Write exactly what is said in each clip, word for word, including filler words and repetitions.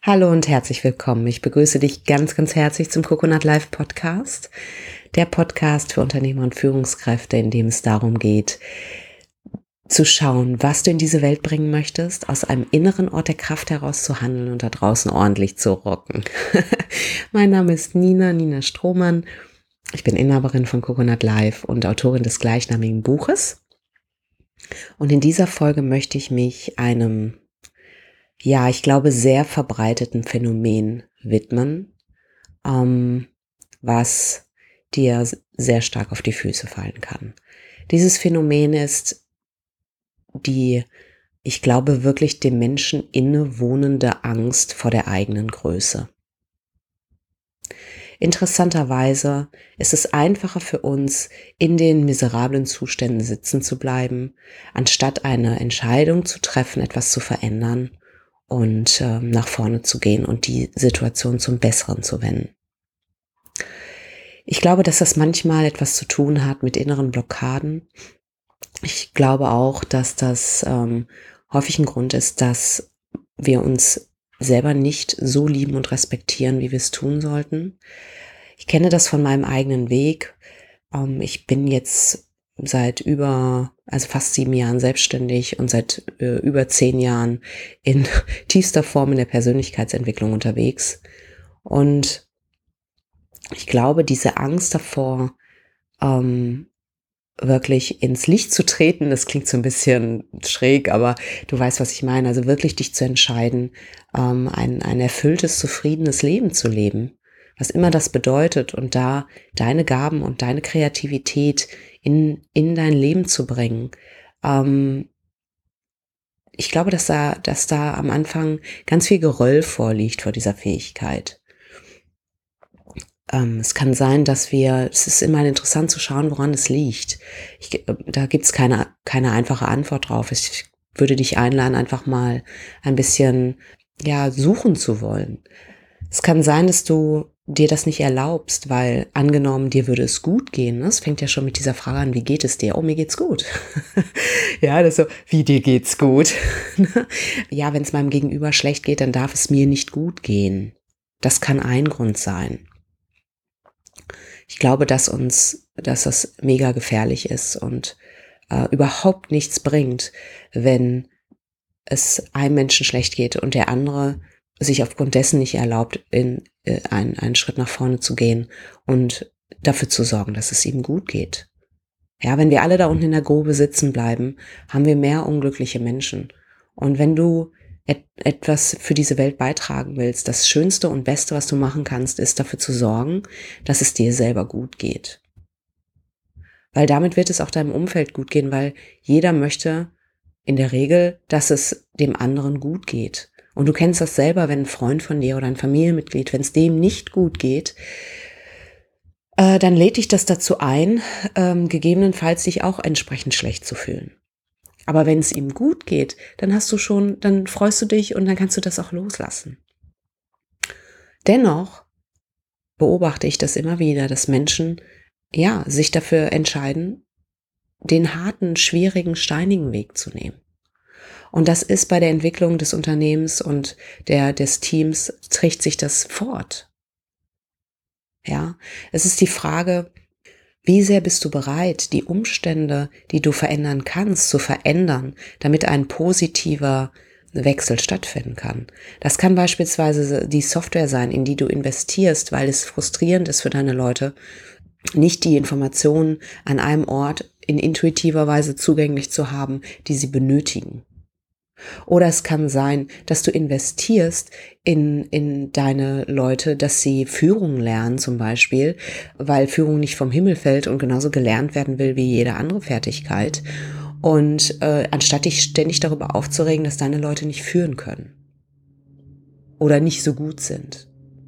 Hallo und herzlich willkommen. Ich begrüße dich ganz, ganz herzlich zum Coconut Life Podcast. Der Podcast für Unternehmer und Führungskräfte, in dem es darum geht, zu schauen, was du in diese Welt bringen möchtest, aus einem inneren Ort der Kraft heraus zu handeln und da draußen ordentlich zu rocken. Mein Name ist Nina, Nina Strohmann. Ich bin Inhaberin von Coconut Life und Autorin des gleichnamigen Buches. Und in dieser Folge möchte ich mich einem ja, ich glaube, sehr verbreiteten Phänomen widmen, ähm, was dir sehr stark auf die Füße fallen kann. Dieses Phänomen ist die, ich glaube, wirklich dem Menschen innewohnende Angst vor der eigenen Größe. Interessanterweise ist es einfacher für uns, in den miserablen Zuständen sitzen zu bleiben, anstatt eine Entscheidung zu treffen, etwas zu verändern und äh, nach vorne zu gehen und die Situation zum Besseren zu wenden. Ich glaube, dass das manchmal etwas zu tun hat mit inneren Blockaden. Ich glaube auch, dass das ähm, häufig ein Grund ist, dass wir uns selber nicht so lieben und respektieren, wie wir es tun sollten. Ich kenne das von meinem eigenen Weg. Ähm, ich bin jetzt seit über, also fast sieben Jahren selbstständig und seit äh, über zehn Jahren in tiefster Form in der Persönlichkeitsentwicklung unterwegs. Und ich glaube, diese Angst davor, ähm, wirklich ins Licht zu treten, das klingt so ein bisschen schräg, aber du weißt, was ich meine, also wirklich dich zu entscheiden, ähm, ein, ein erfülltes, zufriedenes Leben zu leben, was immer das bedeutet und da deine Gaben und deine Kreativität in, in dein Leben zu bringen. Ähm, ich glaube, dass da, dass da am Anfang ganz viel Geröll vorliegt vor dieser Fähigkeit. Ähm, es kann sein, dass wir, es ist immer interessant zu schauen, woran es liegt. Ich, da gibt es keine, keine einfache Antwort drauf. Ich würde dich einladen, einfach mal ein bisschen, ja, suchen zu wollen. Es kann sein, dass du dir das nicht erlaubst, weil angenommen, dir würde es gut gehen. Ne? Es fängt ja schon mit dieser Frage an, wie geht es dir? Oh, mir geht's gut. Ja, das ist so, wie dir geht's gut? Ja, wenn es meinem Gegenüber schlecht geht, dann darf es mir nicht gut gehen. Das kann ein Grund sein. Ich glaube, dass uns, dass das mega gefährlich ist und äh, überhaupt nichts bringt, wenn es einem Menschen schlecht geht und der andere sich aufgrund dessen nicht erlaubt, in äh, einen, einen Schritt nach vorne zu gehen und dafür zu sorgen, dass es ihm gut geht. Ja, wenn wir alle da unten in der Grube sitzen bleiben, haben wir mehr unglückliche Menschen. Und wenn du et- etwas für diese Welt beitragen willst, das Schönste und Beste, was du machen kannst, ist dafür zu sorgen, dass es dir selber gut geht. Weil damit wird es auch deinem Umfeld gut gehen, weil jeder möchte in der Regel, dass es dem anderen gut geht. Und du kennst das selber, wenn ein Freund von dir oder ein Familienmitglied, wenn es dem nicht gut geht, äh, dann lädt dich das dazu ein, ähm, gegebenenfalls sich auch entsprechend schlecht zu fühlen. Aber wenn es ihm gut geht, dann hast du schon, dann freust du dich und dann kannst du das auch loslassen. Dennoch beobachte ich das immer wieder, dass Menschen, ja, sich dafür entscheiden, den harten, schwierigen, steinigen Weg zu nehmen. Und das ist bei der Entwicklung des Unternehmens und der, des Teams, trägt sich das fort. Ja, es ist die Frage, wie sehr bist du bereit, die Umstände, die du verändern kannst, zu verändern, damit ein positiver Wechsel stattfinden kann. Das kann beispielsweise die Software sein, in die du investierst, weil es frustrierend ist für deine Leute, nicht die Informationen an einem Ort in intuitiver Weise zugänglich zu haben, die sie benötigen. Oder es kann sein, dass du investierst in, in deine Leute, dass sie Führung lernen zum Beispiel, weil Führung nicht vom Himmel fällt und genauso gelernt werden will wie jede andere Fertigkeit. Und äh, anstatt dich ständig darüber aufzuregen, dass deine Leute nicht führen können oder nicht so gut sind.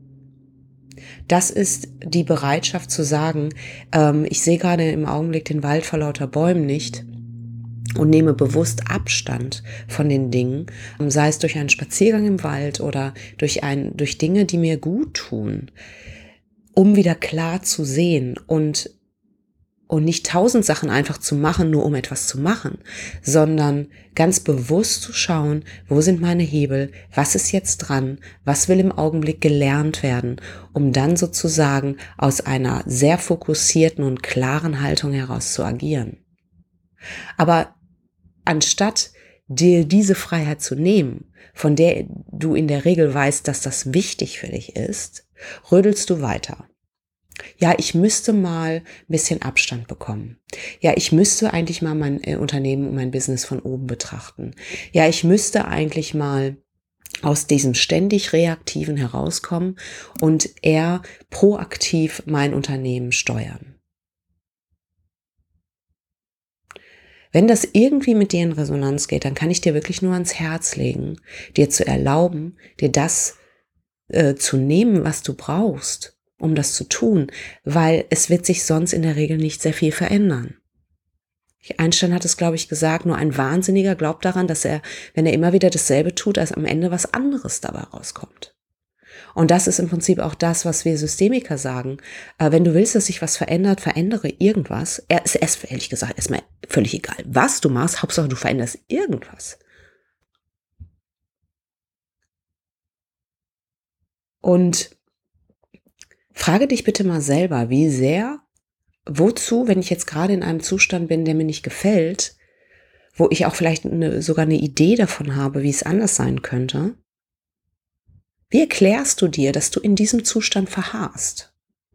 Das ist die Bereitschaft zu sagen, ähm, ich sehe gerade im Augenblick den Wald vor lauter Bäumen nicht. Und nehme bewusst Abstand von den Dingen, sei es durch einen Spaziergang im Wald oder durch, ein, durch Dinge, die mir gut tun, um wieder klar zu sehen und Und nicht tausend Sachen einfach zu machen, nur um etwas zu machen, sondern ganz bewusst zu schauen, wo sind meine Hebel, was ist jetzt dran, was will im Augenblick gelernt werden, um dann sozusagen aus einer sehr fokussierten und klaren Haltung heraus zu agieren. Aber anstatt dir diese Freiheit zu nehmen, von der du in der Regel weißt, dass das wichtig für dich ist, rödelst du weiter. Ja, ich müsste mal ein bisschen Abstand bekommen. Ja, ich müsste eigentlich mal mein äh, Unternehmen und mein Business von oben betrachten. Ja, ich müsste eigentlich mal aus diesem ständig Reaktiven herauskommen und eher proaktiv mein Unternehmen steuern. Wenn das irgendwie mit dir in Resonanz geht, dann kann ich dir wirklich nur ans Herz legen, dir zu erlauben, dir das äh, zu nehmen, was du brauchst, um das zu tun, weil es wird sich sonst in der Regel nicht sehr viel verändern. Einstein hat es, glaube ich, gesagt, nur ein Wahnsinniger glaubt daran, dass er, wenn er immer wieder dasselbe tut, dass am Ende was anderes dabei rauskommt. Und das ist im Prinzip auch das, was wir Systemiker sagen. Äh, wenn du willst, dass sich was verändert, verändere irgendwas. Er ist erst, ehrlich gesagt, erstmal völlig egal, was du machst, Hauptsache du veränderst irgendwas. Und frage dich bitte mal selber, wie sehr, wozu, wenn ich jetzt gerade in einem Zustand bin, der mir nicht gefällt, wo ich auch vielleicht eine, sogar eine Idee davon habe, wie es anders sein könnte, wie erklärst du dir, dass du in diesem Zustand verharrst?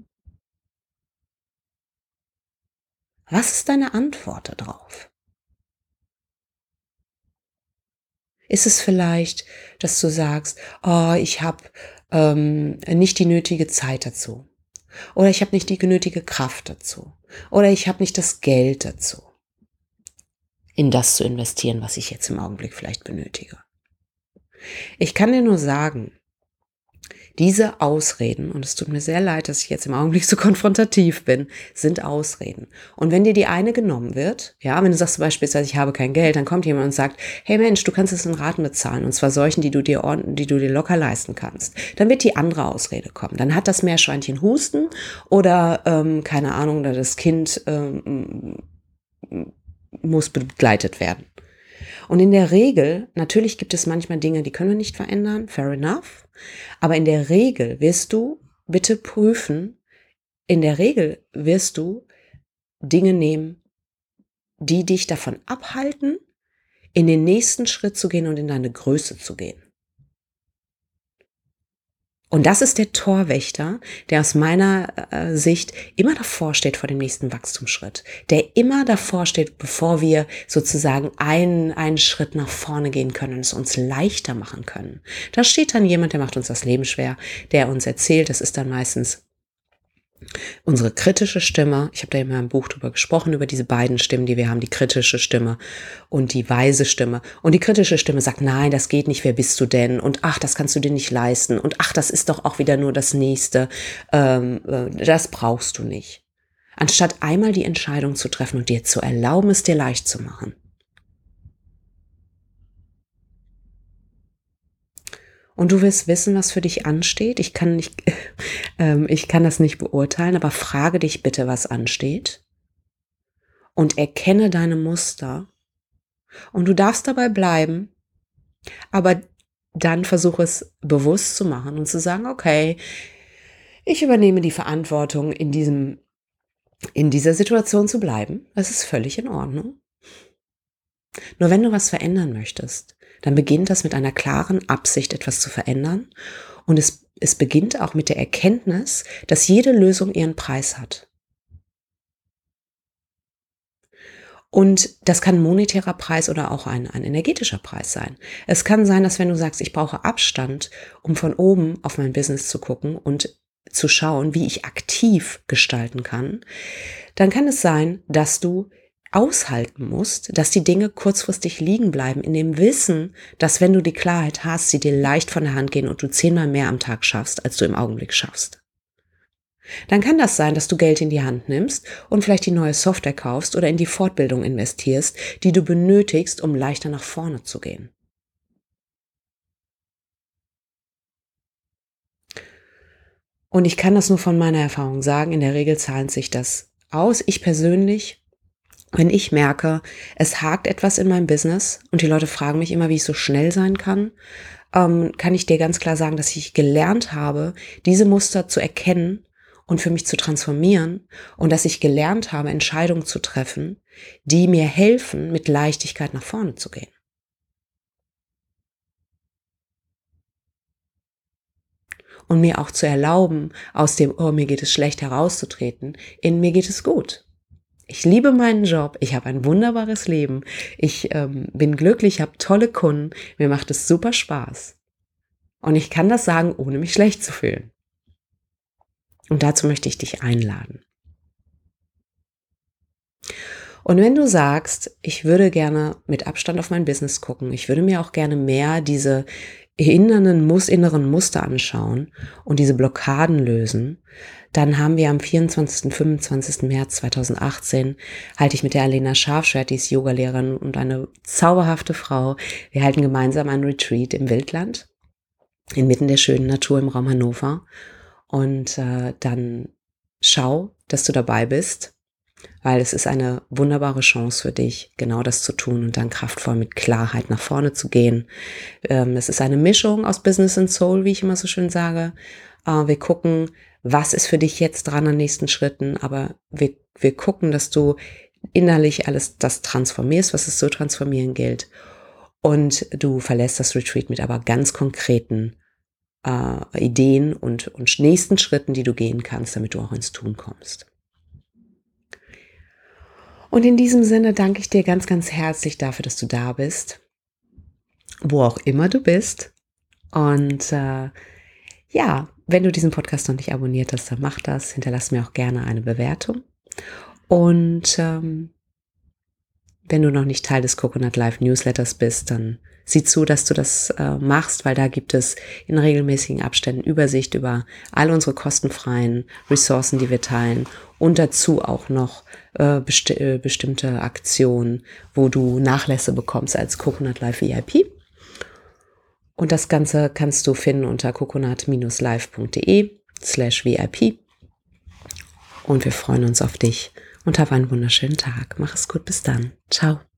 Was ist deine Antwort darauf? Ist es vielleicht, dass du sagst, oh, ich habe ähm, nicht die nötige Zeit dazu? Oder ich habe nicht die nötige Kraft dazu? Oder ich habe nicht das Geld dazu, in das zu investieren, was ich jetzt im Augenblick vielleicht benötige? Ich kann dir nur sagen, diese Ausreden, und es tut mir sehr leid, dass ich jetzt im Augenblick so konfrontativ bin, sind Ausreden. Und wenn dir die eine genommen wird, ja, wenn du sagst beispielsweise, ich habe kein Geld, dann kommt jemand und sagt, hey Mensch, du kannst es in Raten bezahlen, und zwar solchen, die du dir ordnen, die du dir locker leisten kannst. Dann wird die andere Ausrede kommen. Dann hat das Meerschweinchen Husten oder, ähm, keine Ahnung, oder das Kind ähm, muss begleitet werden. Und in der Regel, natürlich gibt es manchmal Dinge, die können wir nicht verändern, fair enough. Aber in der Regel wirst du bitte prüfen, in der Regel wirst du Dinge nehmen, die dich davon abhalten, in den nächsten Schritt zu gehen und in deine Größe zu gehen. Und das ist der Torwächter, der aus meiner äh, Sicht immer davor steht vor dem nächsten Wachstumsschritt. Der immer davor steht, bevor wir sozusagen einen, einen Schritt nach vorne gehen können und es uns leichter machen können. Da steht dann jemand, der macht uns das Leben schwer, der uns erzählt, das ist dann meistens unsere kritische Stimme. Ich habe da in meinem Buch drüber gesprochen, über diese beiden Stimmen, die wir haben, die kritische Stimme und die weise Stimme. Und die kritische Stimme sagt, nein, das geht nicht, wer bist du denn? Und ach, das kannst du dir nicht leisten. Und ach, das ist doch auch wieder nur das Nächste. Ähm, äh, das brauchst du nicht. Anstatt einmal die Entscheidung zu treffen und dir zu erlauben, es dir leicht zu machen. Und du wirst wissen, was für dich ansteht. Ich kann nicht, ähm, ich kann das nicht beurteilen, aber frage dich bitte, was ansteht. Und erkenne deine Muster. Und du darfst dabei bleiben, aber dann versuche es bewusst zu machen und zu sagen, okay, ich übernehme die Verantwortung, in diesem, in dieser Situation zu bleiben. Das ist völlig in Ordnung. Nur wenn du was verändern möchtest, dann beginnt das mit einer klaren Absicht, etwas zu verändern. Und es, es beginnt auch mit der Erkenntnis, dass jede Lösung ihren Preis hat. Und das kann ein monetärer Preis oder auch ein, ein energetischer Preis sein. Es kann sein, dass wenn du sagst, ich brauche Abstand, um von oben auf mein Business zu gucken und zu schauen, wie ich aktiv gestalten kann, dann kann es sein, dass du aushalten musst, dass die Dinge kurzfristig liegen bleiben, in dem Wissen, dass wenn du die Klarheit hast, sie dir leicht von der Hand gehen und du zehnmal mehr am Tag schaffst, als du im Augenblick schaffst. Dann kann das sein, dass du Geld in die Hand nimmst und vielleicht die neue Software kaufst oder in die Fortbildung investierst, die du benötigst, um leichter nach vorne zu gehen. Und ich kann das nur von meiner Erfahrung sagen, in der Regel zahlt sich das aus, ich persönlich, wenn ich merke, es hakt etwas in meinem Business und die Leute fragen mich immer, wie ich so schnell sein kann, ähm, kann ich dir ganz klar sagen, dass ich gelernt habe, diese Muster zu erkennen und für mich zu transformieren und dass ich gelernt habe, Entscheidungen zu treffen, die mir helfen, mit Leichtigkeit nach vorne zu gehen. Und mir auch zu erlauben, aus dem, oh, mir geht es schlecht herauszutreten, in mir geht es gut. Ich liebe meinen Job, ich habe ein wunderbares Leben, ich ähm, bin glücklich, habe tolle Kunden, mir macht es super Spaß. Und ich kann das sagen, ohne mich schlecht zu fühlen. Und dazu möchte ich dich einladen. Und wenn du sagst, ich würde gerne mit Abstand auf mein Business gucken, ich würde mir auch gerne mehr diese inneren, Mus inneren Muster anschauen und diese Blockaden lösen, dann haben wir am vierundzwanzigsten und fünfundzwanzigsten März zweitausendachtzehn, halte ich mit der Alena Scharfschwert, die ist Yogalehrerin und eine zauberhafte Frau, wir halten gemeinsam ein Retreat im Wildland, inmitten der schönen Natur im Raum Hannover. Und äh, dann schau, dass du dabei bist, weil es ist eine wunderbare Chance für dich, genau das zu tun und dann kraftvoll mit Klarheit nach vorne zu gehen. Ähm, es ist eine Mischung aus Business und Soul, wie ich immer so schön sage. Äh, wir gucken, was ist für dich jetzt dran an nächsten Schritten, aber wir, wir gucken, dass du innerlich alles das transformierst, was es zu transformieren gilt. Und du verlässt das Retreat mit aber ganz konkreten äh, Ideen und, und nächsten Schritten, die du gehen kannst, damit du auch ins Tun kommst. Und in diesem Sinne danke ich dir ganz, ganz herzlich dafür, dass du da bist, wo auch immer du bist. Und äh, ja, wenn du diesen Podcast noch nicht abonniert hast, dann mach das. Hinterlass mir auch gerne eine Bewertung. Und ähm, wenn du noch nicht Teil des Coconut Life Newsletters bist, dann sieh zu, dass du das äh, machst, weil da gibt es in regelmäßigen Abständen Übersicht über all unsere kostenfreien Ressourcen, die wir teilen und dazu auch noch äh, besti- äh, bestimmte Aktionen, wo du Nachlässe bekommst als Coconut Life V I P. Und das Ganze kannst du finden unter coconut-life.de slash VIP. Und wir freuen uns auf dich und hab einen wunderschönen Tag. Mach es gut, bis dann. Ciao.